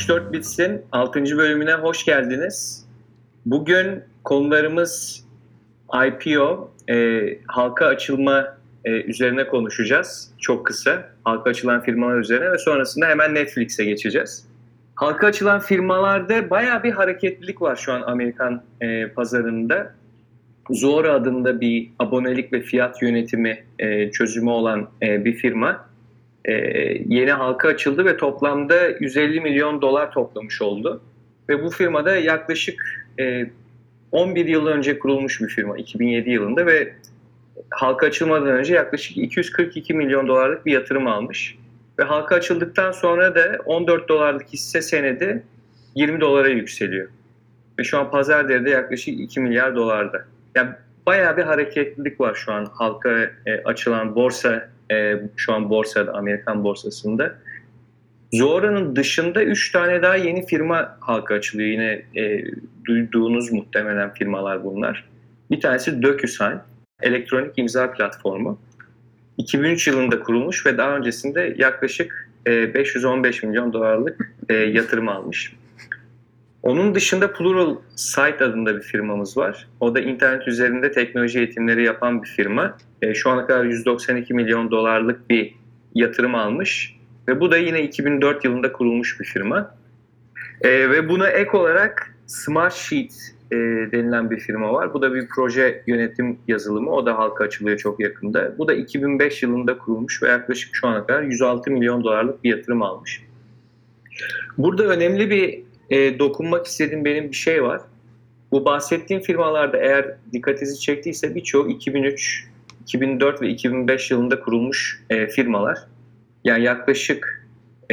64 Bits'in 6. bölümüne hoş geldiniz. Bugün konularımız IPO, halka açılma üzerine konuşacağız. Çok kısa, halka açılan firmalar üzerine ve sonrasında hemen Netflix'e geçeceğiz. Halka açılan firmalarda bayağı bir hareketlilik var şu an Amerikan pazarında. Zuora adında bir abonelik ve fiyat yönetimi çözümü olan bir firma yeni halka açıldı ve toplamda 150 milyon dolar toplamış oldu. Ve bu firmada yaklaşık 11 yıl önce kurulmuş bir firma, 2007 yılında ve halka açılmadan önce yaklaşık 242 milyon dolarlık bir yatırım almış. Ve halka açıldıktan sonra da 14 dolarlık hisse senedi 20 dolara yükseliyor. Ve şu an pazar değeri de yaklaşık 2 milyar dolarda. Yani bayağı bir hareketlilik var şu an halka açılan borsa, şu an borsada, Amerikan borsasında. Zuora'nın dışında 3 tane daha yeni firma halka açılıyor. Yine duyduğunuz muhtemelen firmalar bunlar. Bir tanesi DocuSign, elektronik imza platformu. 2003 yılında kurulmuş ve daha öncesinde yaklaşık 515 milyon dolarlık yatırım almış. Onun dışında Pluralsight adında bir firmamız var. O da internet üzerinde teknoloji eğitimleri yapan bir firma. Şu ana kadar 192 milyon dolarlık bir yatırım almış. Ve bu da yine 2004 yılında kurulmuş bir firma. Ve buna ek olarak Smartsheet denilen bir firma var. Bu da bir proje yönetim yazılımı. O da halka açılıyor çok yakında. Bu da 2005 yılında kurulmuş ve yaklaşık şu ana kadar 106 milyon dolarlık bir yatırım almış. Burada önemli bir dokunmak istediğim benim bir şey var. Bu bahsettiğim firmalarda eğer dikkatinizi çektiyse birçoğu 2003, 2004 ve 2005 yılında kurulmuş firmalar. Yani yaklaşık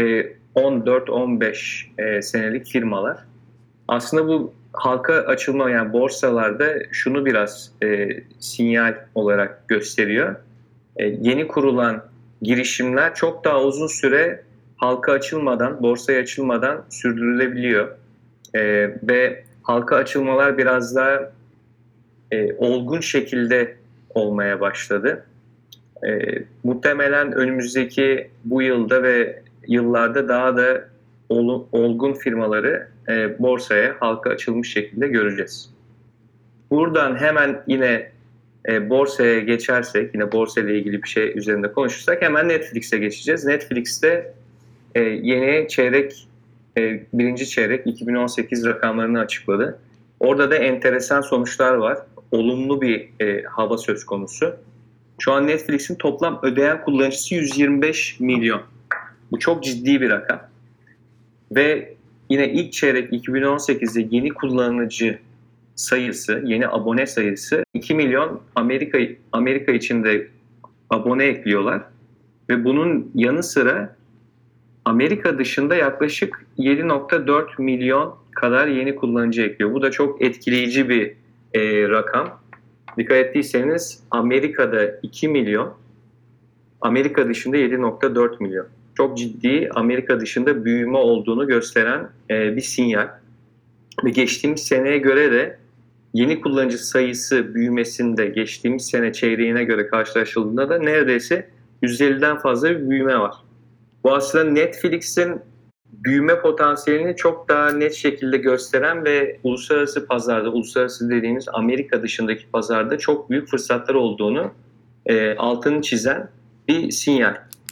14-15 senelik firmalar. Aslında bu halka açılma, yani borsalarda şunu biraz sinyal olarak gösteriyor. Yeni kurulan girişimler çok daha uzun süre halka açılmadan, borsaya açılmadan sürdürülebiliyor. Ve halka açılmalar biraz daha olgun şekilde olmaya başladı. Muhtemelen önümüzdeki bu yılda ve yıllarda daha da olgun firmaları borsaya halka açılmış şekilde göreceğiz. Buradan hemen yine borsaya geçersek, yine borsa ile ilgili bir şey üzerinde konuşursak hemen Netflix'e geçeceğiz. Netflix'te yeni çeyrek, birinci çeyrek 2018 rakamlarını açıkladı. Orada da enteresan sonuçlar var. Olumlu bir hava söz konusu. Şu an Netflix'in toplam ödeyen kullanıcısı 125 milyon. Bu çok ciddi bir rakam. Ve yine ilk çeyrek 2018'de yeni kullanıcı sayısı, yeni abone sayısı 2 milyon Amerika içinde abone ekliyorlar. Ve bunun yanı sıra Amerika dışında yaklaşık 7.4 milyon kadar yeni kullanıcı ekliyor. Bu da çok etkileyici bir rakam. Dikkat ettiyseniz Amerika'da 2 milyon, Amerika dışında 7.4 milyon. Çok ciddi Amerika dışında büyüme olduğunu gösteren bir sinyal. Ve geçtiğimiz seneye göre de yeni kullanıcı sayısı büyümesinde geçtiğimiz sene çeyreğine göre karşılaşıldığında da neredeyse 150'den fazla bir büyüme var. Bu aslında Netflix'in büyüme potansiyelini çok daha net şekilde gösteren ve uluslararası pazarda, uluslararası dediğimiz Amerika dışındaki pazarda çok büyük fırsatlar olduğunu altını çizen bir sinyal.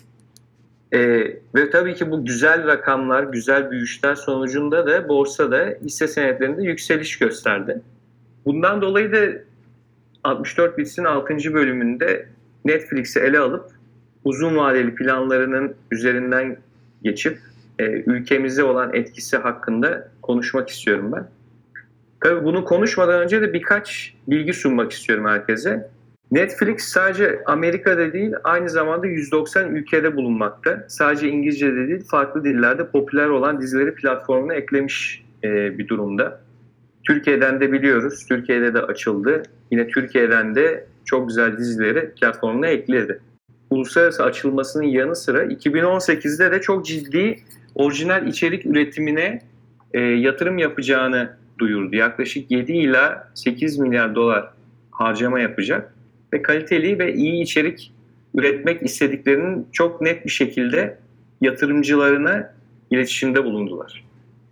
Ve tabii ki bu güzel rakamlar, güzel büyüyüşler sonucunda da borsada hisse senetlerinde yükseliş gösterdi. Bundan dolayı da 64 Bits'in 6. bölümünde Netflix'i ele alıp uzun vadeli planlarının üzerinden geçip ülkemize olan etkisi hakkında konuşmak istiyorum ben. Tabii bunu konuşmadan önce de birkaç bilgi sunmak istiyorum herkese. Netflix sadece Amerika'da değil, aynı zamanda 190 ülkede bulunmakta. Sadece İngilizce'de değil, farklı dillerde popüler olan dizileri platformuna eklemiş bir durumda. Türkiye'den de biliyoruz, Türkiye'de de açıldı. Yine Türkiye'den de çok güzel dizileri platformuna ekledi. Uluslararası açılmasının yanı sıra 2018'de de çok ciddi orijinal içerik üretimine yatırım yapacağını duyurdu. Yaklaşık 7 ila 8 milyar dolar harcama yapacak ve kaliteli ve iyi içerik üretmek istediklerinin çok net bir şekilde yatırımcılarına iletişimde bulundular.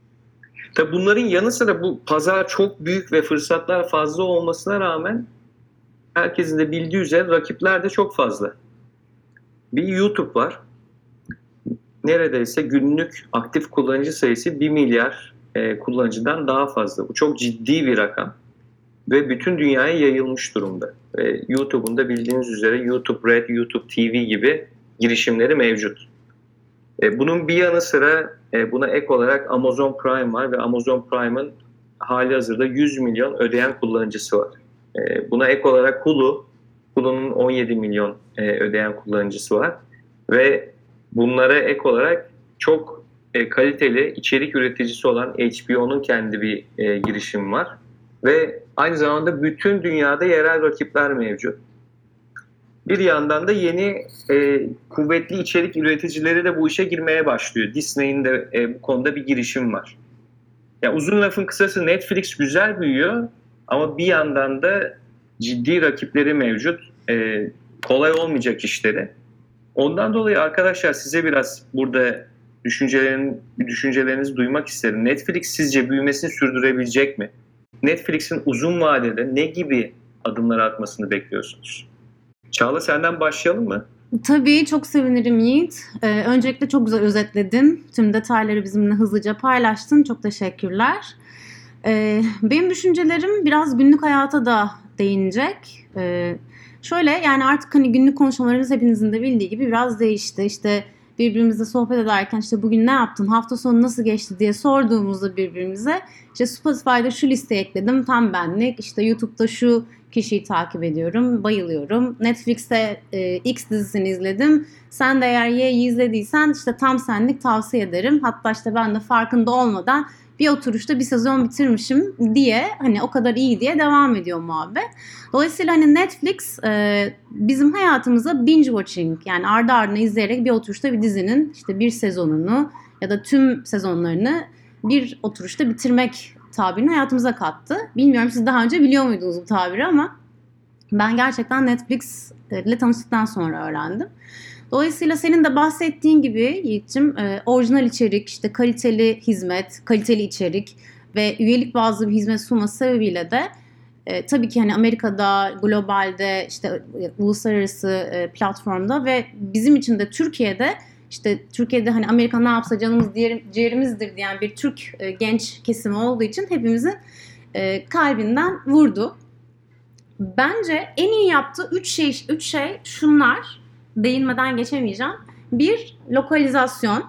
Tabii bunların yanı sıra bu pazar çok büyük ve fırsatlar fazla olmasına rağmen herkesin de bildiği üzere rakipler de çok fazla. Bir YouTube var. Neredeyse günlük aktif kullanıcı sayısı 1 milyar kullanıcıdan daha fazla. Bu çok ciddi bir rakam. Ve bütün dünyaya yayılmış durumda. YouTube'un da bildiğiniz üzere YouTube Red, YouTube TV gibi girişimleri mevcut. Bunun bir yanı sıra buna ek olarak Amazon Prime var ve Amazon Prime'ın hali hazırda 100 milyon ödeyen kullanıcısı var. Buna ek olarak Hulu'nun 17 milyon ödeyen kullanıcısı var. Ve bunlara ek olarak çok kaliteli içerik üreticisi olan HBO'nun kendi bir girişimi var. Ve aynı zamanda bütün dünyada yerel rakipler mevcut. Bir yandan da yeni kuvvetli içerik üreticileri de bu işe girmeye başlıyor. Disney'in de bu konuda bir girişim var. Yani uzun lafın kısası Netflix güzel büyüyor ama bir yandan da ciddi rakipleri mevcut. Kolay olmayacak işleri. Ondan dolayı arkadaşlar size biraz burada düşüncelerinizi duymak isterim. Netflix sizce büyümesini sürdürebilecek mi? Netflix'in uzun vadede ne gibi adımlar atmasını bekliyorsunuz? Çağla senden başlayalım mı? Tabii çok sevinirim Yiğit. Öncelikle çok güzel özetledin. Tüm detayları bizimle hızlıca paylaştın. Çok teşekkürler. Benim düşüncelerim biraz günlük hayata da değinecek. Şöyle yani artık hani günlük konuşmalarımız hepinizin de bildiği gibi biraz değişti. İşte birbirimizle sohbet ederken işte bugün ne yaptın, hafta sonu nasıl geçti diye sorduğumuzda birbirimize işte Spotify'da şu listeye ekledim tam benlik, işte YouTube'da şu kişiyi takip ediyorum, bayılıyorum. Netflix'te X dizisini izledim. Sen de eğer Y'yi izlediysen işte tam senlik tavsiye ederim. Hatta işte ben de farkında olmadan bir oturuşta bir sezon bitirmişim diye hani o kadar iyi diye devam ediyor muhabbet. Dolayısıyla hani Netflix bizim hayatımıza binge watching yani ardı ardına izleyerek bir oturuşta bir dizinin işte bir sezonunu ya da tüm sezonlarını bir oturuşta bitirmek tabirini hayatımıza kattı. Bilmiyorum siz daha önce biliyor muydunuz bu tabiri ama ben gerçekten Netflix ile tanıştıktan sonra öğrendim. Dolayısıyla senin de bahsettiğin gibi Yiğit'ciğim orijinal içerik, işte kaliteli hizmet, kaliteli içerik ve üyelik bazlı bir hizmet sunması sebebiyle de tabii ki hani Amerika'da, globalde, işte uluslararası platformda ve bizim için de Türkiye'de hani Amerika ne yapsa canımız ciğerimizdir diyen bir Türk genç kesimi olduğu için hepimizin kalbinden vurdu. Bence en iyi yaptığı üç şey şunlar. Değinmeden geçemeyeceğim. 1. Lokalizasyon.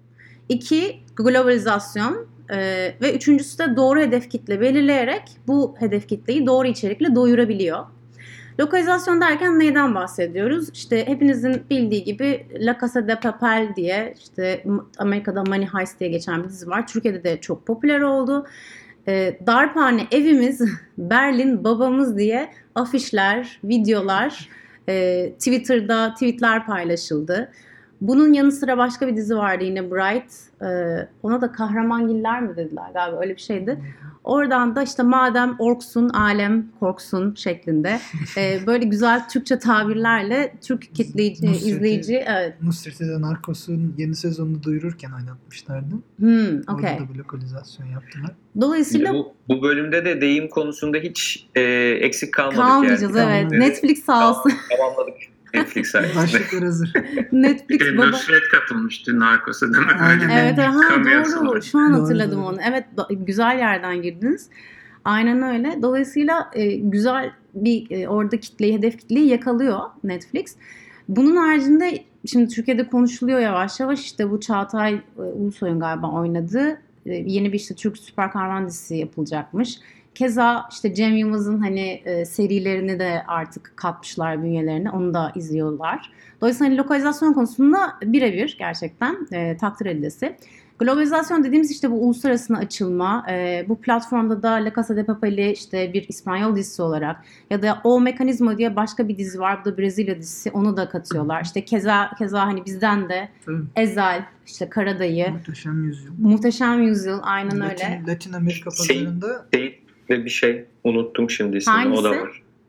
2. Globalizasyon. Ve üçüncüsü de doğru hedef kitle belirleyerek bu hedef kitleyi doğru içerikle doyurabiliyor. Lokalizasyon derken neyden bahsediyoruz? İşte hepinizin bildiği gibi La Casa de Papel diye işte Amerika'da Money Heist diye geçen bir dizi var. Türkiye'de de çok popüler oldu. Darphane evimiz, Berlin babamız diye afişler, videolar, Twitter'da tweetler paylaşıldı. Bunun yanı sıra başka bir dizi vardı yine Bright. Ona da Kahramangiller mi dediler galiba öyle bir şeydi. Oradan da işte madem orksun alem korksun şeklinde böyle güzel Türkçe tabirlerle Türk izleyici evet. Nusret'e de Narcos'un yeni sezonunu duyururken oynatmışlardı. Okay. Orada da bir lokalizasyon yaptılar. Dolayısıyla bu bölümde de deyim konusunda hiç eksik kalmayacağız yani. Evet. Netflix sağ olsun. Tamamladık. Netflix sayesinde. Başlıklar hazır. Netflix baba. Nusret katılmıştı Narcos'a değil mi? Evet, doğru. Var. Şu an hatırladım onu. Evet, güzel yerden girdiniz. Aynen öyle. Dolayısıyla güzel bir orada hedef kitleyi yakalıyor Netflix. Bunun haricinde şimdi Türkiye'de konuşuluyor yavaş yavaş işte bu Çağatay Ulusoy'un galiba oynadığı yeni bir işte Türk süper kahraman dizisi yapılacakmış. Keza işte Cem Yılmaz'ın hani serilerini de artık katmışlar bünyelerine. Onu da izliyorlar. Dolayısıyla hani lokalizasyon konusunda birebir gerçekten takdir edilesi. Globalizasyon dediğimiz işte bu uluslararası açılma. Bu platformda da La Casa de Papel'i işte bir İspanyol dizisi olarak ya da O Mekanizma diye başka bir dizi var. Bu da Brezilya dizisi. Onu da katıyorlar. İşte keza hani bizden de Ezel, işte Karadayı. Muhteşem Yüzyıl. Aynen öyle. Latin Amerika pazarında ve bir şey unuttum şimdi ismini. O da var.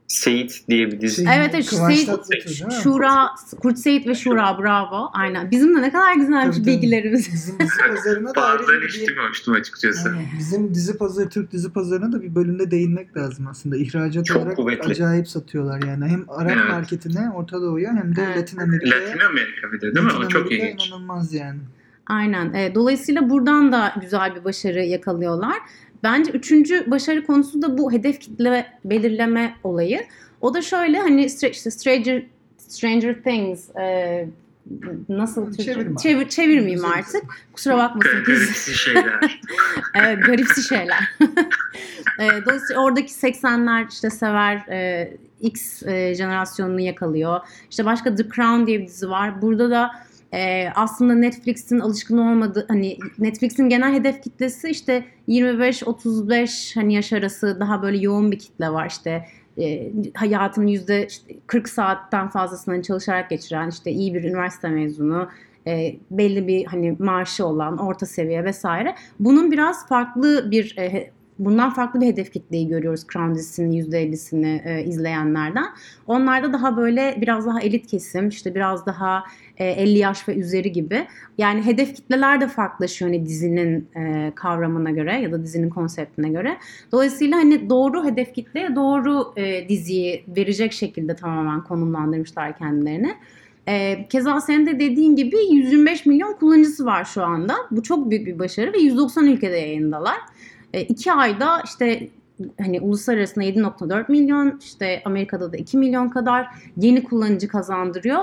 Seyit diye bir dizi. Evet, Kıvanç Seyit, Tatlıtuğ değil mi? Şura, Kurt Seyit ve Şura, bravo. Aynen. Bizim de ne kadar güzelmiş Tabii, tabii. bilgilerimiz. Bizim dizi pazarına da Bazen ayrıca hiç bir... duymamıştım açıkçası. Aynen. Bizim dizi pazarı, Türk dizi pazarına da bir bölümde değinmek lazım aslında. İhracat Çok olarak kuvvetli. acayip satıyorlar yani. Hem Arap Evet. marketine, Orta Doğu'ya hem de Evet. Latin Amerika'ya. Latin Amerika bir de değil mi? Latin O çok Amerika ilginç. inanılmaz yani. Aynen. Dolayısıyla buradan da güzel bir başarı yakalıyorlar. Bence üçüncü başarı konusu da bu hedef kitle belirleme olayı. O da şöyle hani işte Stranger Things nasıl Çevirme. çevirmeyeyim Güzel. artık. Kusura bakmasın. Garipsi şeyler. Evet, garipsi şeyler. Dolayısıyla oradaki 80'ler işte sever X jenerasyonunu yakalıyor. İşte başka The Crown diye bir dizi var. Burada da aslında Netflix'in alışkın olmadığı, hani Netflix'in genel hedef kitlesi işte 25-35 hani yaş arası daha böyle yoğun bir kitle var. İşte hayatının %40 saatten fazlasını çalışarak geçiren, işte iyi bir üniversite mezunu, belli bir hani maaşı olan, orta seviye vesaire. Bunun biraz farklı bir bundan farklı bir hedef kitleyi görüyoruz Crown dizisinin %50'sini izleyenlerden. Onlarda daha böyle biraz daha elit kesim, işte biraz daha 50 yaş ve üzeri gibi. Yani hedef kitleler de farklılaşıyor hani dizinin kavramına göre ya da dizinin konseptine göre. Dolayısıyla hani doğru hedef kitleye doğru diziyi verecek şekilde tamamen konumlandırmışlar kendilerini. Keza senin de dediğin gibi 125 milyon kullanıcısı var şu anda. Bu çok büyük bir başarı ve 190 ülkede yayındalar. 2 ayda işte hani uluslararası 7.4 milyon, işte Amerika'da da 2 milyon kadar yeni kullanıcı kazandırıyor.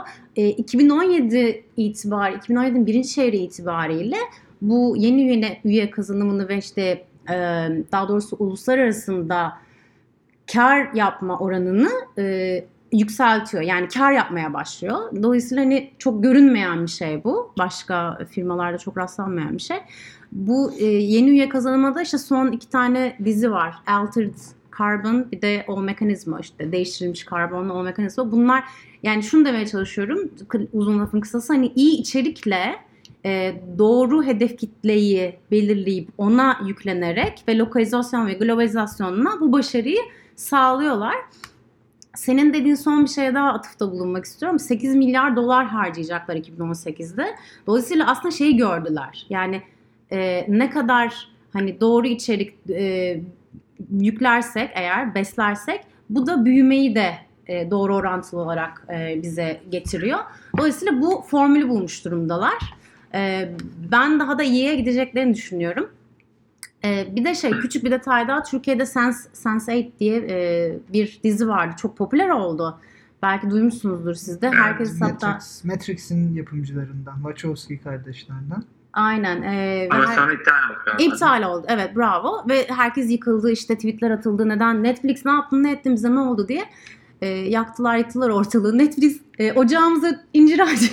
2017'nin birinci çeyreği itibariyle bu yeni üye kazanımını ve işte daha doğrusu uluslararasında kar yapma oranını yükseltiyor. Yani kar yapmaya başlıyor. Dolayısıyla hani çok görünmeyen bir şey bu. Başka firmalarda çok rastlanmayan bir şey. Bu yeni üye kazanımda işte son 2 tane dizi var. Altered Carbon, bir de O Mekanizma, işte değiştirilmiş karbonla O Mekanizma. Bunlar, yani şunu demeye çalışıyorum, uzun lafın kısası, hani iyi içerikle doğru hedef kitleyi belirleyip ona yüklenerek ve lokalizasyon ve globalizasyonla bu başarıyı sağlıyorlar. Senin dediğin son bir şeye daha atıfta bulunmak istiyorum. 8 milyar dolar harcayacaklar 2018'de. Dolayısıyla aslında şeyi gördüler. Yani ne kadar hani doğru içerik yüklersek, eğer beslersek, bu da büyümeyi de doğru orantılı olarak bize getiriyor. Dolayısıyla bu formülü bulmuş durumdalar. Ben daha da iyiye gideceklerini düşünüyorum. Bir de küçük bir detay daha, Türkiye'de Sense8 diye bir dizi vardı. Çok popüler oldu. Belki duymuşsunuzdur siz de. Herkes hatta... Matrix'in yapımcılarından, Wachowski kardeşlerden. Aynen. Ama sonra iptal oldu. İptal oldu. Evet, bravo. Ve herkes yıkıldı, işte tweetler atıldı. Neden? Netflix ne yaptın, ne ettin, bize ne oldu diye. Yaktılar yıktılar ortalığı. Netflix ocağımıza incir ağacı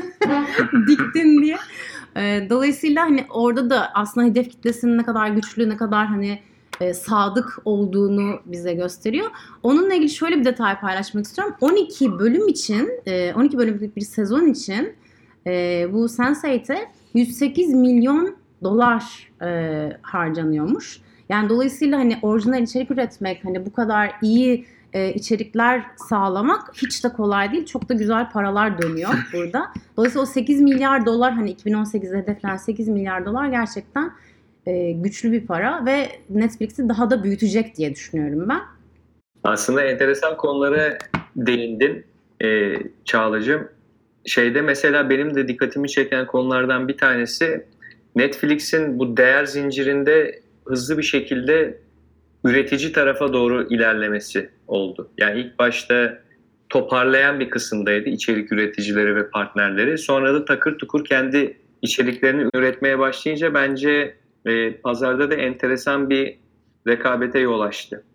diktin diye. Dolayısıyla hani orada da aslında hedef kitlesinin ne kadar güçlü, ne kadar hani sadık olduğunu bize gösteriyor. Onunla ilgili şöyle bir detay paylaşmak istiyorum. 12 bölüm için, 12 bölümlük bir sezon için bu Sense8'e 108 milyon dolar harcanıyormuş. Yani dolayısıyla hani orijinal içerik üretmek, hani bu kadar iyi içerikler sağlamak hiç de kolay değil. Çok da güzel paralar dönüyor burada. Dolayısıyla o 8 milyar dolar, hani 2018'de hedeflenen 8 milyar dolar gerçekten güçlü bir para ve Netflix'i daha da büyütecek diye düşünüyorum ben. Aslında enteresan konulara değindin Çağla'cığım. Mesela benim de dikkatimi çeken konulardan bir tanesi Netflix'in bu değer zincirinde hızlı bir şekilde üretici tarafa doğru ilerlemesi oldu. Yani ilk başta toparlayan bir kısımdaydı içerik üreticileri ve partnerleri. Sonra da takır tukur kendi içeriklerini üretmeye başlayınca bence pazarda da enteresan bir rekabete yol açtı.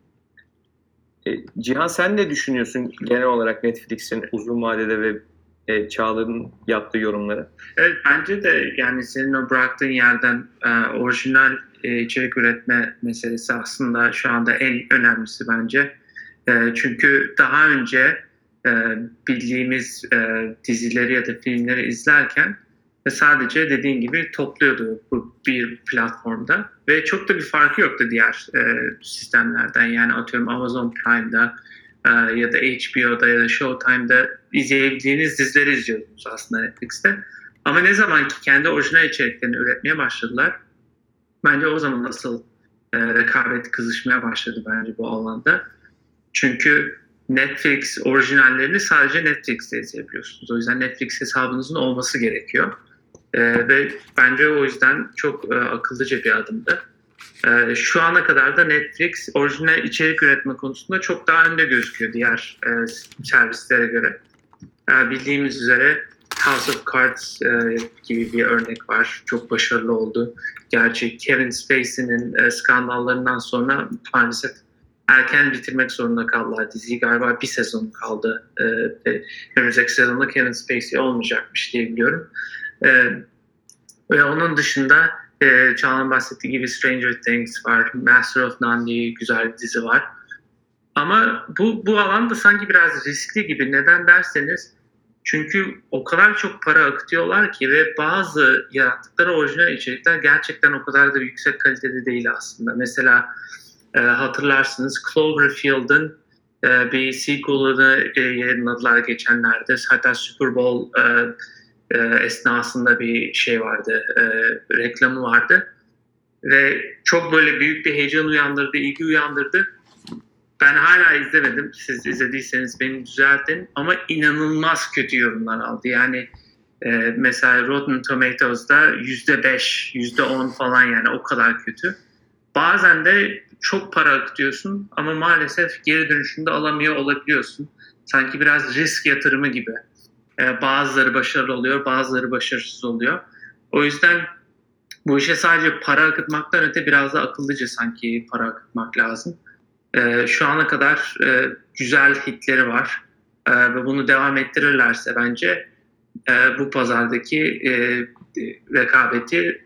Cihan, sen ne düşünüyorsun genel olarak Netflix'in uzun vadede ve Çağlar'ın yaptığı yorumları? Evet, bence de yani senin o bıraktığın yerden orijinal içerik üretme meselesi aslında şu anda en önemlisi bence. Çünkü daha önce bildiğimiz dizileri ya da filmleri izlerken sadece dediğin gibi topluyordu bu bir platformda ve çok da bir farkı yoktu diğer sistemlerden. Yani atıyorum Amazon Prime'da ya da HBO'da ya da Showtime'da izleyebildiğiniz dizileri izliyordunuz aslında Netflix'te. Ama ne zaman ki kendi orijinal içeriklerini üretmeye başladılar, bence o zaman asıl rekabet kızışmaya başladı bence bu alanda. Çünkü Netflix orijinallerini sadece Netflix'te izleyebiliyorsunuz. O yüzden Netflix hesabınızın olması gerekiyor. Ve bence o yüzden çok akıllıca bir adımdı. Şu ana kadar da Netflix orijinal içerik üretme konusunda çok daha önde gözüküyor diğer servislere göre. Bildiğimiz üzere House of Cards gibi bir örnek var. Çok başarılı oldu. Gerçi Kevin Spacey'nin skandallarından sonra maalesef erken bitirmek zorunda kaldılar diziyi. Galiba bir sezon kaldı. Önümüzdeki sezonda Kevin Spacey olmayacakmış diye biliyorum. Ve onun dışında Çağla'nın bahsettiği gibi Stranger Things var. Master of None diye güzel bir dizi var. Ama bu alan da sanki biraz riskli gibi. Neden derseniz, çünkü o kadar çok para akıtıyorlar ki ve bazı yarattıkları orijinal içerikler gerçekten o kadar da yüksek kalitede değil aslında. Mesela hatırlarsınız Cloverfield'ın bir sequel'ını yayınladılar geçenlerde. Hatta Super Bowl esnasında bir şey vardı, reklamı vardı. Ve çok böyle büyük bir heyecan uyandırdı, ilgi uyandırdı. Ben hala izlemedim. Siz izlediyseniz beni düzeltin. Ama inanılmaz kötü yorumlar aldı. Yani mesela Rotten Tomatoes'da %5, %10 falan, yani o kadar kötü. Bazen de çok para akıtıyorsun ama maalesef geri dönüşünde alamıyor olabiliyorsun. Sanki biraz risk yatırımı gibi. Bazıları başarılı oluyor, bazıları başarısız oluyor. O yüzden bu işe sadece para akıtmaktan öte biraz da akıllıca sanki para akıtmak lazım. Şu ana kadar güzel hitleri var ve bunu devam ettirirlerse bence bu pazardaki rekabeti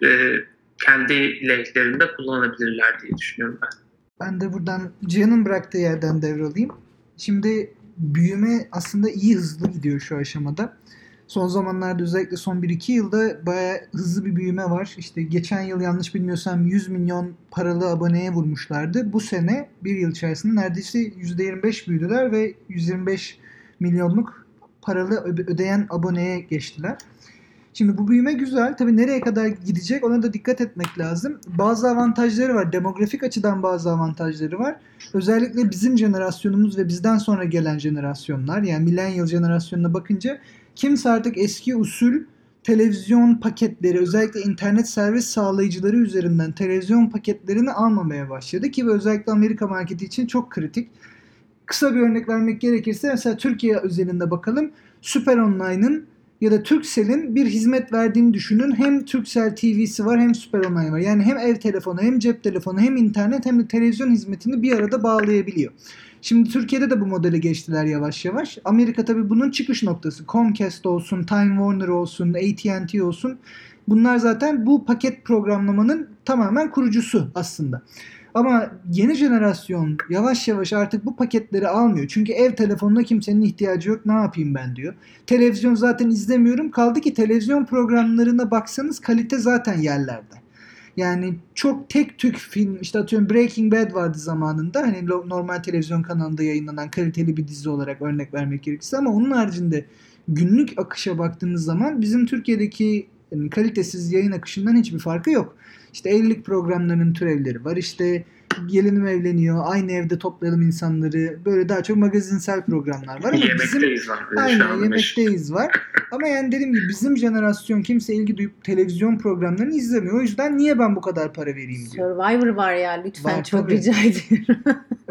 kendi lehlerinde kullanabilirler diye düşünüyorum ben. Ben de buradan Cihan'ın bıraktığı yerden devralayım. Şimdi büyüme aslında iyi, hızlı gidiyor şu aşamada. Son zamanlarda özellikle son 1-2 yılda bayağı hızlı bir büyüme var. İşte geçen yıl yanlış bilmiyorsam 100 milyon paralı aboneye vurmuşlardı. Bu sene bir yıl içerisinde neredeyse %25 büyüdüler ve 125 milyonluk paralı ödeyen aboneye geçtiler. Şimdi bu büyüme güzel. Tabii nereye kadar gidecek ona da dikkat etmek lazım. Bazı avantajları var. Demografik açıdan bazı avantajları var. Özellikle bizim jenerasyonumuz ve bizden sonra gelen jenerasyonlar, yani millennial jenerasyonuna bakınca kimse artık eski usul televizyon paketleri, özellikle internet servis sağlayıcıları üzerinden televizyon paketlerini almamaya başladı ki özellikle Amerika marketi için çok kritik. Kısa bir örnek vermek gerekirse mesela Türkiye özelinde bakalım. Süper Online'ın ya da Turkcell'in bir hizmet verdiğini düşünün. Hem Turkcell TV'si var hem Süper Online var. Yani hem ev telefonu hem cep telefonu hem internet hem de televizyon hizmetini bir arada bağlayabiliyor. Şimdi Türkiye'de de bu modele geçtiler yavaş yavaş. Amerika tabii bunun çıkış noktası. Comcast olsun, Time Warner olsun, AT&T olsun. Bunlar zaten bu paket programlamanın tamamen kurucusu aslında. Ama yeni jenerasyon yavaş yavaş artık bu paketleri almıyor. Çünkü ev telefonuna kimsenin ihtiyacı yok. Ne yapayım ben diyor. Televizyon zaten izlemiyorum. Kaldı ki televizyon programlarına baksanız kalite zaten yerlerde. Yani çok tek tük film, işte atıyorum Breaking Bad vardı zamanında. Hani normal televizyon kanalında yayınlanan kaliteli bir dizi olarak örnek vermek gerekirse, ama onun haricinde günlük akışa baktığınız zaman bizim Türkiye'deki yani kalitesiz yayın akışından hiçbir farkı yok. İşte evlilik programlarının türevleri var. İşte gelinim evleniyor, aynı evde toplayalım insanları. Böyle daha çok magazinsel programlar var. Ama Yemekteyiz var. Aynen, Yemekteyiz var. Ama yani dediğim gibi bizim jenerasyon kimse ilgi duyup televizyon programlarını izlemiyor. O yüzden niye ben bu kadar para vereyim diyor. Survivor var ya, lütfen Var, çok tabii. rica ediyorum.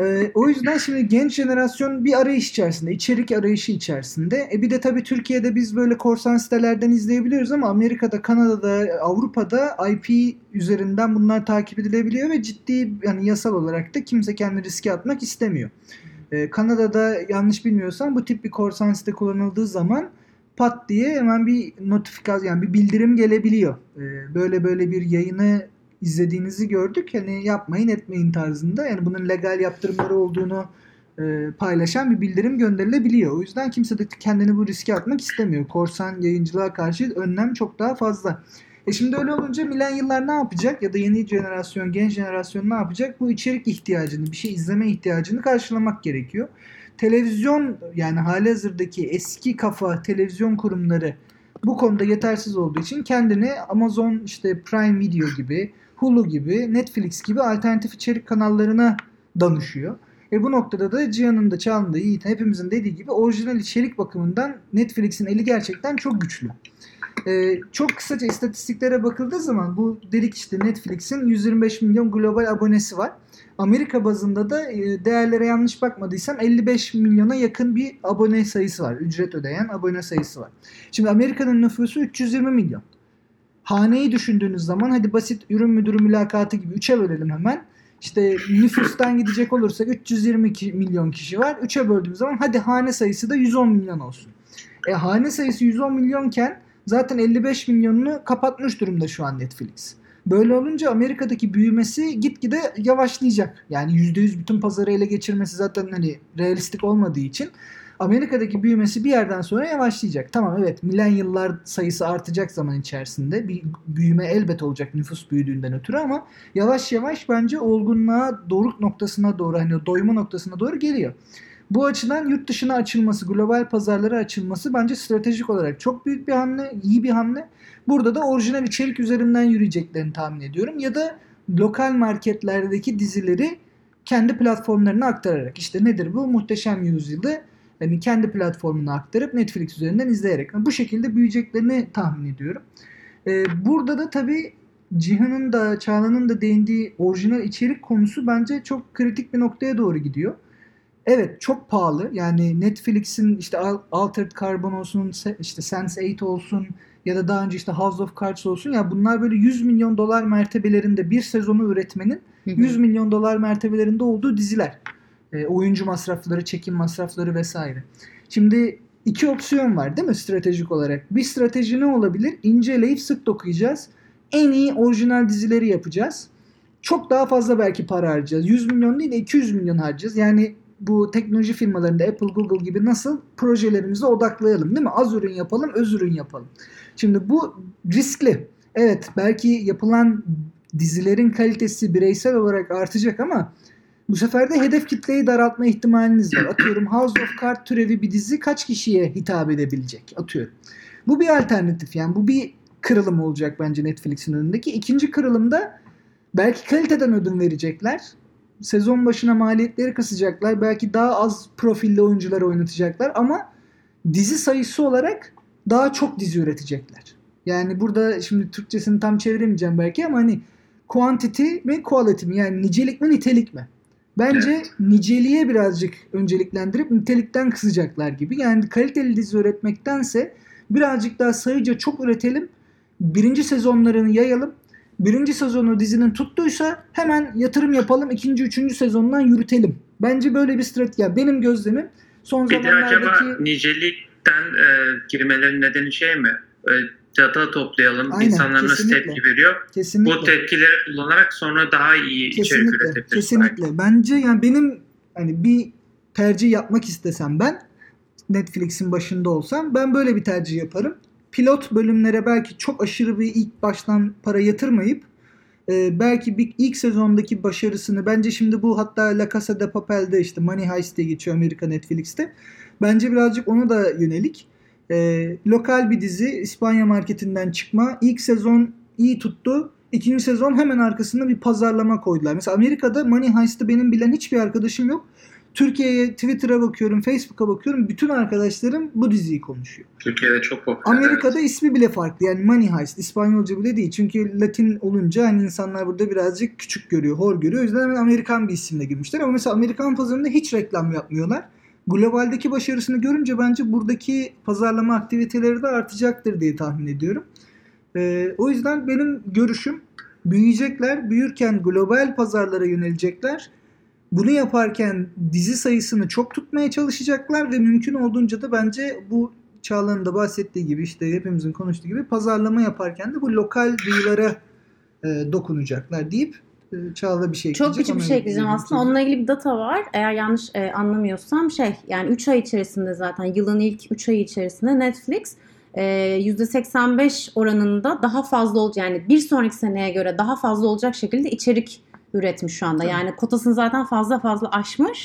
O yüzden şimdi genç jenerasyon bir arayış içerisinde, içerik arayışı içerisinde. Bir de tabii Türkiye'de biz böyle korsan sitelerden izleyebiliyoruz ama Amerika'da, Kanada'da, Avrupa'da IP üzerinden bunlar takip edilebiliyor ve ciddi, yani yasal olarak da kimse kendini riske atmak istemiyor. Kanada'da yanlış bilmiyorsam bu tip bir korsan site kullanıldığı zaman pat diye hemen bir notifikasyon, yani bir bildirim gelebiliyor. Böyle bir yayını izlediğinizi gördük. Hani yapmayın etmeyin tarzında. Yani bunun legal yaptırımları olduğunu paylaşan bir bildirim gönderilebiliyor. O yüzden kimse de kendini bu riske atmak istemiyor. Korsan yayıncılığa karşı önlem çok daha fazla. Şimdi öyle olunca millennial'lar ne yapacak? Ya da yeni jenerasyon, genç jenerasyon ne yapacak? Bu içerik ihtiyacını, bir şey izleme ihtiyacını karşılamak gerekiyor. televizyon, yani halihazırdaki eski kafa televizyon kurumları bu konuda yetersiz olduğu için kendini Amazon, işte Prime Video gibi, Hulu gibi, Netflix gibi alternatif içerik kanallarına danışıyor. Bu noktada da Cihan'ın da Çağla'nın da Yiğit hepimizin dediği gibi orijinal içerik bakımından Netflix'in eli gerçekten çok güçlü. Çok kısaca istatistiklere bakıldığı zaman bu dedik işte Netflix'in 125 milyon global abonesi var. Amerika bazında da değerlere yanlış bakmadıysam 55 milyona yakın bir abone sayısı var. Ücret ödeyen abone sayısı var. Şimdi Amerika'nın nüfusu 320 milyon. Haneyi düşündüğünüz zaman hadi basit ürün müdürü mülakatı gibi 3'e bölelim hemen. İşte nüfustan gidecek olursak 320 milyon kişi var. 3'e böldüğümüz zaman hadi hane sayısı da 110 milyon olsun. Hane sayısı 110 milyonken zaten 55 milyonunu kapatmış durumda şu an Netflix. Böyle olunca Amerika'daki büyümesi gitgide yavaşlayacak. Yani %100 bütün pazarı ele geçirmesi zaten hani realistik olmadığı için Amerika'daki büyümesi bir yerden sonra yavaşlayacak. Tamam, evet, milenyıllar sayısı artacak zaman içerisinde. Bir büyüme elbet olacak nüfus büyüdüğünden ötürü ama yavaş yavaş bence olgunluğa, doruk noktasına doğru, hani doyma noktasına doğru geliyor. Bu açıdan yurt dışına açılması, global pazarlara açılması bence stratejik olarak çok büyük bir hamle, iyi bir hamle. Burada da orijinal içerik üzerinden yürüyeceklerini tahmin ediyorum. Ya da lokal marketlerdeki dizileri kendi platformlarına aktararak. İşte nedir bu? Muhteşem Yüzyıl'ı yani kendi platformuna aktarıp Netflix üzerinden izleyerek. Bu şekilde büyüyeceklerini tahmin ediyorum. Burada da tabii Cihan'ın da Çağla'nın da değindiği orijinal içerik konusu bence çok kritik bir noktaya doğru gidiyor. Evet, çok pahalı. Yani Netflix'in işte Altered Carbon olsun, işte Sense8 olsun ya da daha önce işte House of Cards olsun. Ya bunlar böyle 100 milyon dolar mertebelerinde bir sezonu üretmenin 100 milyon dolar mertebelerinde olduğu diziler. Oyuncu masrafları, çekim masrafları vesaire. Şimdi iki opsiyon var değil mi stratejik olarak? Bir strateji ne olabilir? İnceleyip sık dokuyacağız. En iyi orijinal dizileri yapacağız. Çok daha fazla belki para harcayacağız. 100 milyon değil de 200 milyon harcayacağız. Yani bu teknoloji firmalarında Apple, Google gibi nasıl projelerimize odaklayalım değil mi? Az ürün yapalım, öz ürün yapalım. Şimdi bu riskli. Evet, belki yapılan dizilerin kalitesi bireysel olarak artacak ama bu sefer de hedef kitleyi daraltma ihtimaliniz var. Atıyorum House of Cards türevi bir dizi kaç kişiye hitap edebilecek? Atıyorum. Bu bir alternatif, yani bu bir kırılım olacak bence Netflix'in önündeki. İkinci kırılımda belki kaliteden ödün verecekler. Sezon başına maliyetleri kısacaklar. Belki daha az profilli oyuncular oynatacaklar ama dizi sayısı olarak daha çok dizi üretecekler. Yani burada şimdi Türkçesini tam çeviremeyeceğim belki ama hani quantity mi quality mi, yani nicelik mi nitelik mi? Bence niceliğe birazcık önceliklendirip nitelikten kısacaklar gibi. Yani kaliteli dizi üretmektense birazcık daha sayıca çok üretelim. Birinci sezonlarını yayalım. Birinci sezonu dizinin tuttuysa hemen yatırım yapalım. İkinci, üçüncü sezondan yürütelim. Bence böyle bir strateji. Yani benim gözlemim son zamanlardaki... Bir de acaba nicelikten girmelerin nedeni şey mi? Data toplayalım. Aynen, insanlar nasıl tepki veriyor? Kesinlikle. Bu tepkileri kullanarak sonra daha iyi içerik üretebiliriz. Kesinlikle. Belki. Bence yani benim hani bir tercih yapmak istesem, ben Netflix'in başında olsam ben böyle bir tercih yaparım. Pilot bölümlere belki çok aşırı bir ilk baştan para yatırmayıp belki bir ilk sezondaki başarısını, bence şimdi bu hatta La Casa de Papel'de işte Money Heist diye geçiyor Amerika Netflix'te. Bence birazcık ona da yönelik. Lokal bir dizi, İspanya marketinden çıkma. İlk sezon iyi tuttu. İkinci sezon hemen arkasında bir pazarlama koydular. Mesela Amerika'da Money Heist'ı benim bilen hiçbir arkadaşım yok. Türkiye'ye, Twitter'a bakıyorum, Facebook'a bakıyorum. Bütün arkadaşlarım bu diziyi konuşuyor. Türkiye'de çok popüler. Amerika'da evet. İsmi bile farklı. Yani Money Heist. İspanyolca bile değil. Çünkü Latin olunca hani insanlar burada birazcık küçük görüyor, hor görüyor. O yüzden hemen Amerikan bir isimle girmişler. Ama mesela Amerikan pazarında hiç reklam yapmıyorlar. Globaldeki başarısını görünce bence buradaki pazarlama aktiviteleri de artacaktır diye tahmin ediyorum. O yüzden benim görüşüm, büyüyecekler. Büyürken global pazarlara yönelecekler. Bunu yaparken dizi sayısını çok tutmaya çalışacaklar ve mümkün olduğunca da bence bu Çağla'nın da bahsettiği gibi, işte hepimizin konuştuğu gibi pazarlama yaparken de bu lokal duyulara dokunacaklar deyip Çağla bir şey ekleyecek. Çok küçük bir şey ekleyeceğim aslında. Onunla ilgili bir data var. Eğer yanlış anlamıyorsam yani 3 ay içerisinde, zaten yılın ilk 3 ayı içerisinde Netflix %85 oranında daha fazla olacak, yani bir sonraki seneye göre daha fazla olacak şekilde içerik üretmiş şu anda. Yani kotasını zaten fazla aşmış.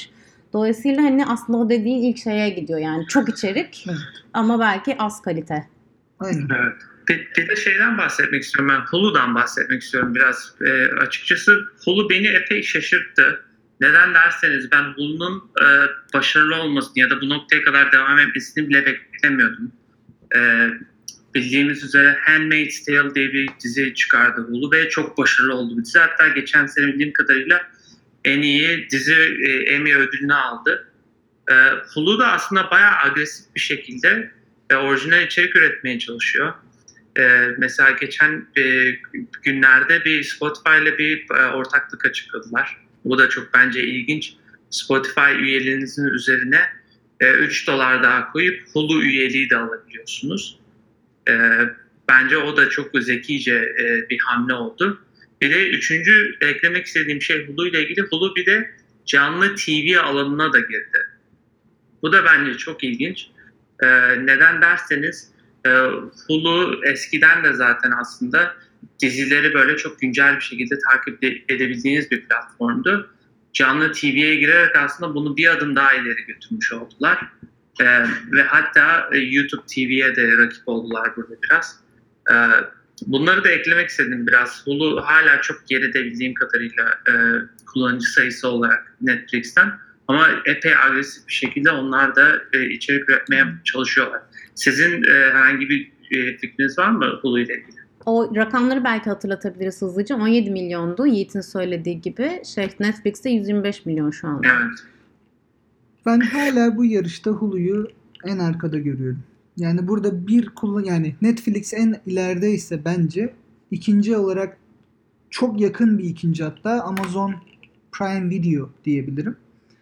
Dolayısıyla hani aslında o dediğin ilk şeye gidiyor. Yani çok içerik Evet. ama belki az kalite. Aynen. Evet. Bir de şeyden bahsetmek istiyorum ben. Hulu'dan bahsetmek istiyorum biraz. Açıkçası Hulu beni epey şaşırttı. Neden derseniz ben Hulu'nun başarılı olmasını ya da bu noktaya kadar devam etmesini bile beklemiyordum. Bildiğimiz üzere Handmaid's Tale diye bir dizi çıkardı Hulu ve çok başarılı oldu bu dizi. Hatta geçen sene bildiğim kadarıyla en iyi dizi Emmy ödülünü aldı. Hulu da aslında bayağı agresif bir şekilde orijinal içerik üretmeye çalışıyor. Mesela geçen günlerde bir Spotify ile bir ortaklık açıkladılar. Bu da çok bence ilginç. Spotify üyeliğinizin üzerine $3 daha koyup Hulu üyeliği de alabiliyorsunuz. Bence o da çok zekice bir hamle oldu. Bir de üçüncü eklemek istediğim şey Hulu ile ilgili. Hulu bir de canlı TV alanına da girdi. Bu da bence çok ilginç. Neden derseniz Hulu eskiden de zaten aslında dizileri böyle çok güncel bir şekilde takip edebildiğiniz bir platformdu. Canlı TV'ye girerek aslında bunu bir adım daha ileri götürmüş oldular. Ve hatta YouTube TV'ye de rakip oldular burada biraz. Bunları da eklemek istedim biraz. Hulu hala çok geride bildiğim kadarıyla kullanıcı sayısı olarak Netflix'ten. Ama epey agresif bir şekilde onlar da içerik üretmeye çalışıyorlar. Sizin herhangi bir fikriniz var mı Hulu ile ilgili? O rakamları belki hatırlatabiliriz hızlıca. 17 milyondu Yiğit'in söylediği gibi. Netflix'te 125 milyon şu anda. Evet. Ben hala bu yarışta Hulu'yu en arkada görüyorum. Yani burada yani Netflix en ilerideyse bence ikinci olarak çok yakın bir ikinci, hatta Amazon Prime Video diyebilirim.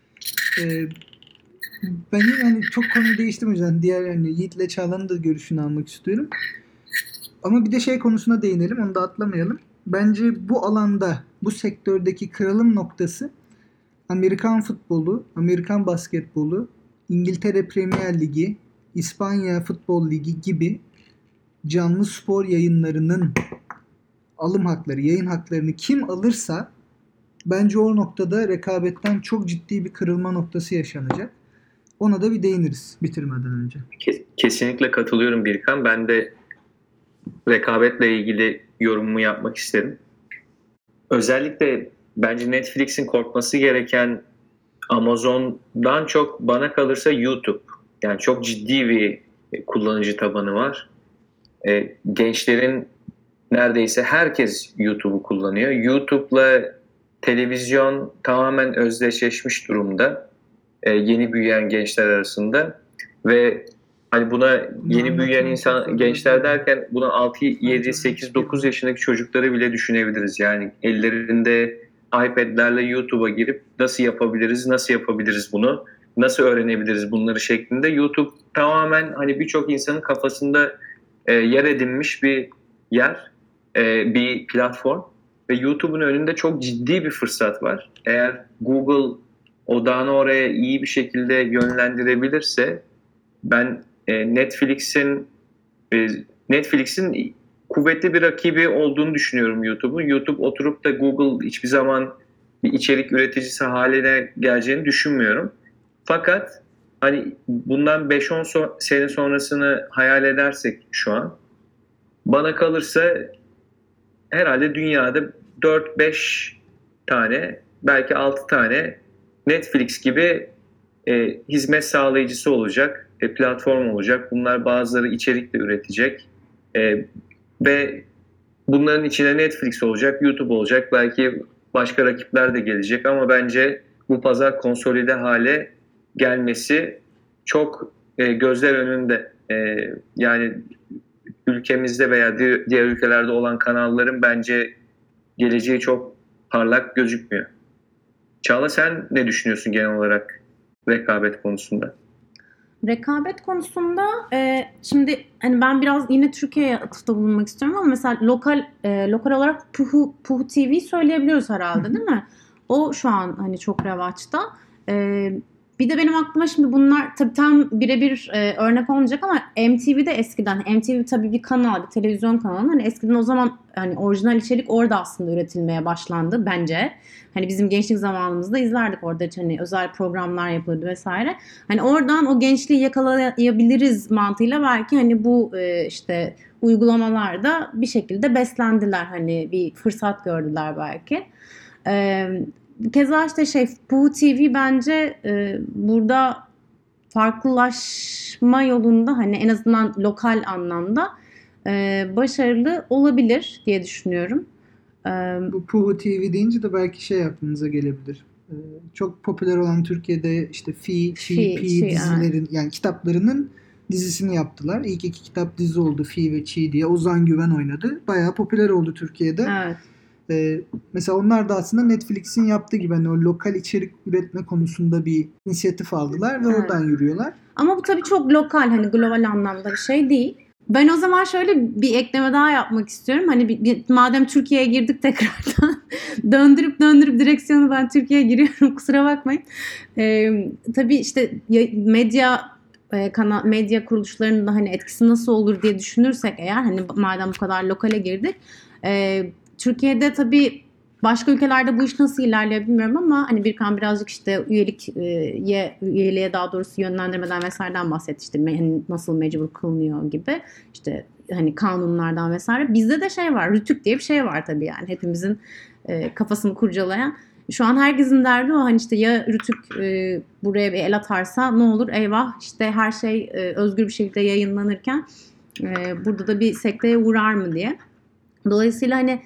Ben yani çok konuyu değiştim o yüzden diğer yani Yiğit'le Çağla'nın da görüşünü almak istiyorum. Ama bir de şey konusuna değinelim, onu da atlamayalım. Bence bu alanda, bu sektördeki kırılım noktası Amerikan futbolu, Amerikan basketbolu, İngiltere Premier Ligi, İspanya Futbol Ligi gibi canlı spor yayınlarının alım hakları, yayın haklarını kim alırsa bence o noktada rekabetten çok ciddi bir kırılma noktası yaşanacak. Ona da bir değiniriz bitirmeden önce. Kesinlikle katılıyorum Birkan. Ben de rekabetle ilgili yorumumu yapmak isterim. Özellikle bence Netflix'in korkması gereken Amazon'dan çok bana kalırsa YouTube. Yani çok ciddi bir kullanıcı tabanı var. Gençlerin neredeyse herkes YouTube'u kullanıyor. YouTube'la televizyon tamamen özdeşleşmiş durumda. Yeni büyüyen gençler arasında ve hani buna yeni büyüyen gençler derken buna 6, 7, 8, 9 yaşındaki çocukları bile düşünebiliriz. Yani ellerinde iPad'lerle YouTube'a girip nasıl yapabiliriz bunu, nasıl öğrenebiliriz bunları şeklinde. YouTube tamamen hani birçok insanın kafasında yer edinmiş bir yer, bir platform ve YouTube'un önünde çok ciddi bir fırsat var. Eğer Google odağını oraya iyi bir şekilde yönlendirebilirse ben Netflix'in kuvvetli bir rakibi olduğunu düşünüyorum YouTube'un. YouTube oturup da Google hiçbir zaman bir içerik üreticisi haline geleceğini düşünmüyorum. Fakat hani bundan 5-10 sene sonrasını hayal edersek şu an bana kalırsa herhalde dünyada 4-5 tane belki 6 tane Netflix gibi hizmet sağlayıcısı olacak, platform olacak. Bunlar bazıları içerik de üretecek ve bunların içine Netflix olacak, YouTube olacak, belki başka rakipler de gelecek ama bence bu pazar konsolide hale gelmesi çok gözler önünde. Yani ülkemizde veya diğer ülkelerde olan kanalların bence geleceği çok parlak gözükmüyor. Çağla sen ne düşünüyorsun genel olarak rekabet konusunda? Rekabet konusunda şimdi hani ben biraz yine Türkiye'ye atıfta bulunmak istiyorum ama mesela lokal olarak Puhu TV söyleyebiliyoruz herhalde değil mi? O şu an hani çok revaçta. Bir de benim aklıma şimdi bunlar tabii tam birebir örnek olmayacak ama MTV'de eskiden, MTV tabii bir kanal, bir televizyon kanalı. Hani eskiden o zaman hani orijinal içerik orada aslında üretilmeye başlandı bence. Hani bizim gençlik zamanımızda izlerdik orada, hani özel programlar yapılırdı vesaire. Hani oradan o gençliği yakalayabiliriz mantığıyla belki hani bu işte uygulamalarda bir şekilde beslendiler. Hani bir fırsat gördüler belki. Keza işte Puhu TV bence burada farklılaşma yolunda hani en azından lokal anlamda başarılı olabilir diye düşünüyorum. Bu Puhu TV deyince de belki aklınıza gelebilir. Çok popüler olan Türkiye'de işte Fi, Çi, Pi dizilerin yani kitaplarının dizisini yaptılar. İlk 2 kitap dizi oldu, Fi ve Çi diye. Ozan Güven oynadı. Bayağı popüler oldu Türkiye'de. Evet. Mesela onlar da aslında Netflix'in yaptığı gibi hani o lokal içerik üretme konusunda bir inisiyatif aldılar ve oradan yürüyorlar. Ama bu tabii çok lokal, hani global anlamda bir şey değil. Ben o zaman şöyle bir ekleme daha yapmak istiyorum. Hani madem Türkiye'ye girdik tekrardan döndürüp direksiyonu ben Türkiye'ye giriyorum, kusura bakmayın. Tabii işte medya kuruluşlarının da hani etkisi nasıl olur diye düşünürsek eğer, hani madem bu kadar lokale girdik, Türkiye'de tabii başka ülkelerde bu iş nasıl ilerliyor bilmiyorum ama hani Birkan birazcık işte üyeliğe daha doğrusu yönlendirmeden vesaireden bahsetti, işte hani nasıl mecbur kılınıyor gibi, işte hani kanunlardan vesaire. Bizde de var, Rütük diye bir şey var tabii, yani hepimizin kafasını kurcalayan. Şu an herkesin derdi o, hani işte ya Rütük buraya bir el atarsa ne olur, eyvah işte her şey özgür bir şekilde yayınlanırken burada da bir sekteye uğrar mı diye. Dolayısıyla hani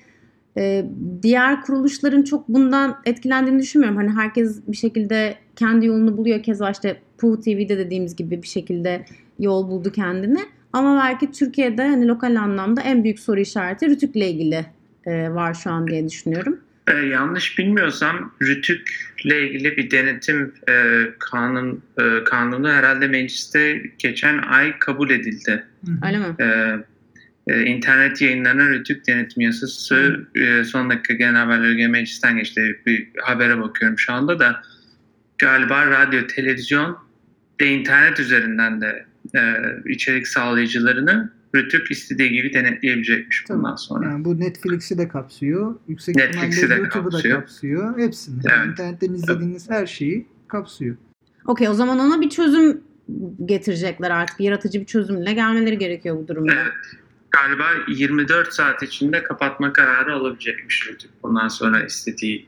diğer kuruluşların çok bundan etkilendiğini düşünmüyorum. Hani herkes bir şekilde kendi yolunu buluyor. Keza işte Puhu TV'de dediğimiz gibi bir şekilde yol buldu kendini. Ama belki Türkiye'de hani lokal anlamda en büyük soru işareti Rütük'le ilgili var şu an diye düşünüyorum. Yanlış bilmiyorsam Rütük'le ilgili bir denetim kanunu herhalde mecliste geçen ay kabul edildi. Öyle mi? İnternet yayınlarına Rütük denetim yasası son dakika genel haberleri meclisten geçti. Bir habere bakıyorum şu anda da, galiba radyo, televizyon ve internet üzerinden de içerik sağlayıcılarını Rütük istediği gibi denetleyebilecekmiş bundan sonra. Yani bu Netflix'i de kapsıyor. Yüksek Netflix'i ihtimalle de YouTube'u da kapsıyor. Hepsini. Evet. İnternetten izlediğiniz her şeyi kapsıyor. Okey, o zaman ona bir çözüm getirecekler artık. Yaratıcı bir çözümle gelmeleri gerekiyor bu durumda. Evet. Galiba 24 saat içinde kapatma kararı alabilecekmiş Rütük. Bundan sonra istediği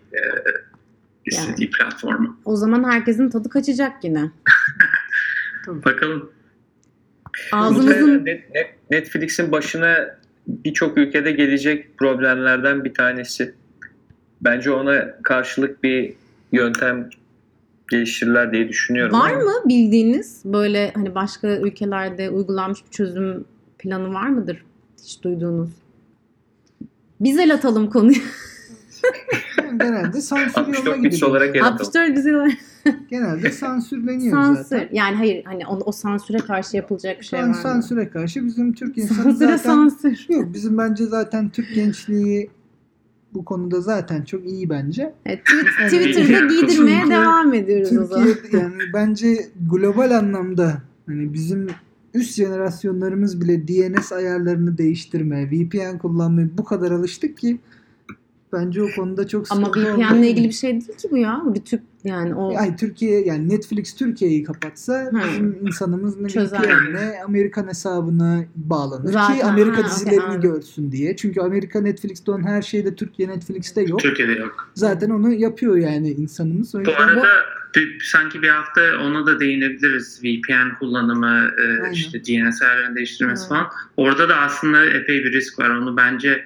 platformu. O zaman herkesin tadı kaçacak yine. Bakalım. Ağzımızın... Netflix'in başına birçok ülkede gelecek problemlerden bir tanesi. Bence ona karşılık bir yöntem geliştirirler diye düşünüyorum. Var mı bildiğiniz böyle hani başka ülkelerde uygulanmış bir çözüm planı var mıdır? Hiç duyduğunuz. Biz el atalım konuyu. Genelde sansür yoluna bits olarak gidiyor. 64 bizi Genelde sansürleniyor sansür. zaten. Yani hayır, hani o sansüre karşı yapılacak bir şey var mı? Sansüre karşı bizim Türk insanı Sansüre zaten... sansür. Yok, bizim bence zaten Türk gençliği bu konuda zaten çok iyi bence. Evet, Twitter'da giydirmeye devam ediyoruz o zaman. Türkiye yani bence global anlamda hani bizim üst jenerasyonlarımız bile DNS ayarlarını değiştirmeye, VPN kullanmaya bu kadar alıştık ki bence o konuda çok sıkıntı oldu. Ama VPN'le ilgili bir şey değil ki bu ya. Rütük yani o. Yani Türkiye, yani Netflix Türkiye'yi kapatsa bizim insanımız VPN'le Amerikan hesabına bağlanır zaten, ki Amerika dizilerini görsün diye. Çünkü Amerika Netflix'te olan her şeyde Türkiye Netflix'te yok. Türkiye'de yok. Zaten onu yapıyor yani insanımız. Bu arada sanki bir hafta ona da değinebiliriz. VPN kullanımı, işte DNS ayarlarını değiştirmesi falan. Orada da aslında epey bir risk var. Onu bence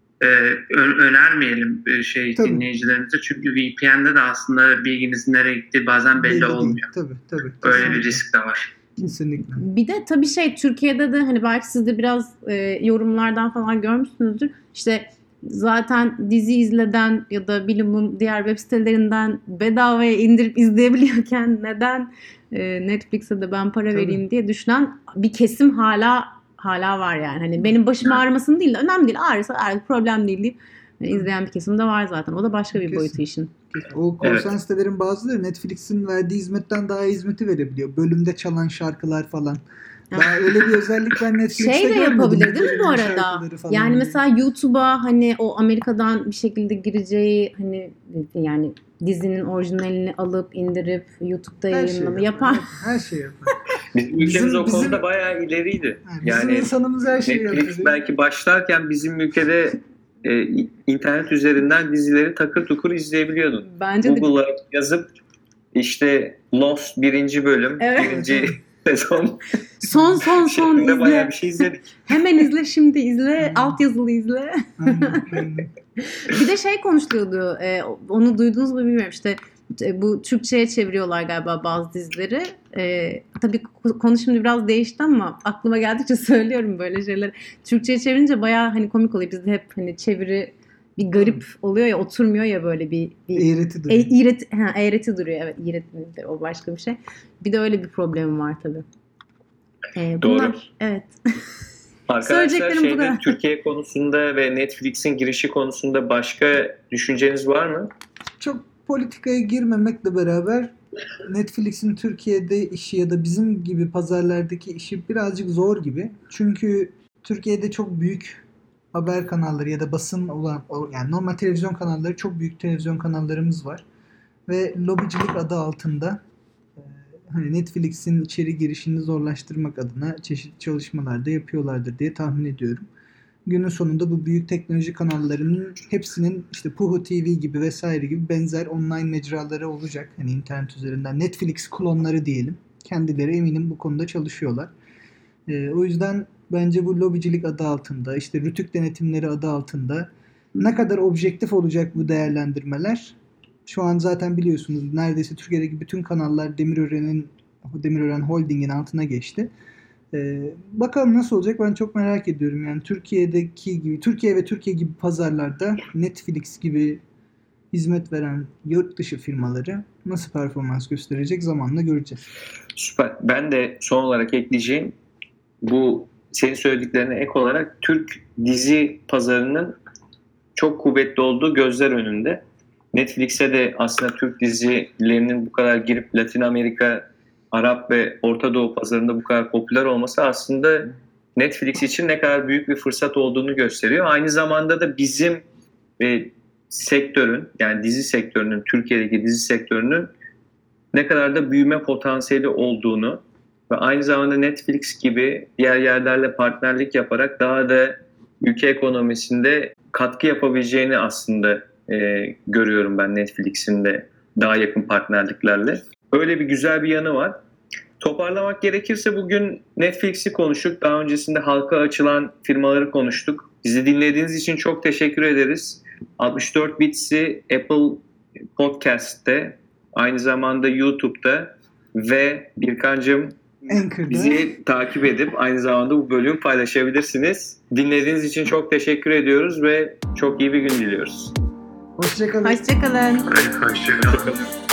önermeyelim dinleyicilerimize. Çünkü VPN'de de aslında bilginizin nereye gittiği bazen belli olmuyor. Tabii. Öyle bir risk de var. Kesinlikle. Bir de tabii Türkiye'de de hani belki siz de biraz yorumlardan falan görmüşsünüzdür. İşte zaten dizi izleden ya da Bilimum diğer web sitelerinden bedavaya indirip izleyebiliyorken neden Netflix'e de ben para vereyim diye düşünen bir kesim hala var yani. Hani benim başım ağrımasın değil de önemli değil. Ağrısa problem değil deyip izleyen bir kesim de var zaten. O da başka bir boyutu işin. O korsan sitelerin bazıları Netflix'in verdiği hizmetten daha iyi hizmeti verebiliyor. Bölümde çalan şarkılar falan. Daha öyle bir özellik ben Netflix'te Şey de görmedim. yapabilir değil mi bu Bölümde arada? şarkıları falan Yani diye. mesela YouTube'a hani o Amerika'dan bir şekilde gireceği hani yani dizinin orijinalini alıp indirip YouTube'da Her şey yayınlama yapar. yapar. Her şey yapar. Bizim ülkemiz o bizim- konuda bayağı ileriydi. Bizim insanımız her şeyi Netflix yapıyor. belki başlarken bizim ülkede internet üzerinden dizileri takır tukur izleyebiliyordun. Bence de Google'a yazıp işte Lost 1. bölüm, Evet. 1. sezon son şeklinde bayağı izle. bir şey izledik. Hemen izle, şimdi izle, altyazılı izle. Aynen. Bir de şey konuşuluyordu, onu duydunuz mu bilmiyorum, işte bu Türkçe'ye çeviriyorlar galiba bazı dizileri. Tabii konu şimdi biraz değişti ama aklıma geldikçe söylüyorum böyle şeyler. Türkçe'ye çevirince bayağı hani komik oluyor. Bizde hep hani çeviri bir garip oluyor ya, oturmuyor ya, böyle bir Eğreti duruyor. eğreti duruyor. Evet, iğreti de, o başka bir şey. Bir de öyle bir problemim var tabii. Doğru. Evet. Arkadaşlar Söyleyeceklerim bu kadar. Türkiye konusunda ve Netflix'in girişi konusunda başka düşünceniz var mı? Çok politikaya girmemekle beraber Netflix'in Türkiye'de işi ya da bizim gibi pazarlardaki işi birazcık zor gibi. Çünkü Türkiye'de çok büyük haber kanalları ya da basın olan, yani normal televizyon kanalları, çok büyük televizyon kanallarımız var. Ve lobicilik adı altında hani Netflix'in içeri girişini zorlaştırmak adına çeşitli çalışmalar da yapıyorlardır diye tahmin ediyorum. Günün sonunda bu büyük teknoloji kanallarının hepsinin işte Puhu TV gibi vesaire gibi benzer online mecraları olacak. Hani internet üzerinden Netflix klonları diyelim. Kendileri eminim bu konuda çalışıyorlar. O yüzden bence bu lobicilik adı altında, işte rütük denetimleri adı altında ne kadar objektif olacak bu değerlendirmeler? Şu an zaten biliyorsunuz neredeyse Türkiye'deki bütün kanallar Demirören Holding'in altına geçti. Bakalım nasıl olacak, ben çok merak ediyorum. Yani Türkiye'deki gibi, Türkiye ve Türkiye gibi pazarlarda Netflix gibi hizmet veren yurt dışı firmaları nasıl performans gösterecek, zamanla göreceğiz. Süper. Ben de son olarak ekleyeceğim, bu senin söylediklerine ek olarak Türk dizi pazarının çok kuvvetli olduğu gözler önünde. Netflix'e de aslında Türk dizilerinin bu kadar girip Latin Amerika, Arap ve Orta Doğu pazarında bu kadar popüler olması aslında Netflix için ne kadar büyük bir fırsat olduğunu gösteriyor. Aynı zamanda da bizim sektörün, yani dizi sektörünün, Türkiye'deki dizi sektörünün ne kadar da büyüme potansiyeli olduğunu ve aynı zamanda Netflix gibi diğer yerlerle partnerlik yaparak daha da ülke ekonomisinde katkı yapabileceğini aslında görüyorum ben Netflix'in de daha yakın partnerliklerle. Öyle bir güzel bir yanı var. Toparlamak gerekirse bugün Netflix'i konuştuk. Daha öncesinde halka açılan firmaları konuştuk. Bizi dinlediğiniz için çok teşekkür ederiz. 64 Bits'i Apple Podcast'te, aynı zamanda YouTube'da ve Birkancığım Anchor'da. bizi takip edip aynı zamanda bu bölümü paylaşabilirsiniz. Dinlediğiniz için çok teşekkür ediyoruz ve çok iyi bir gün diliyoruz. Hoşçakalın. Hoşçakalın. Hoşçakalın.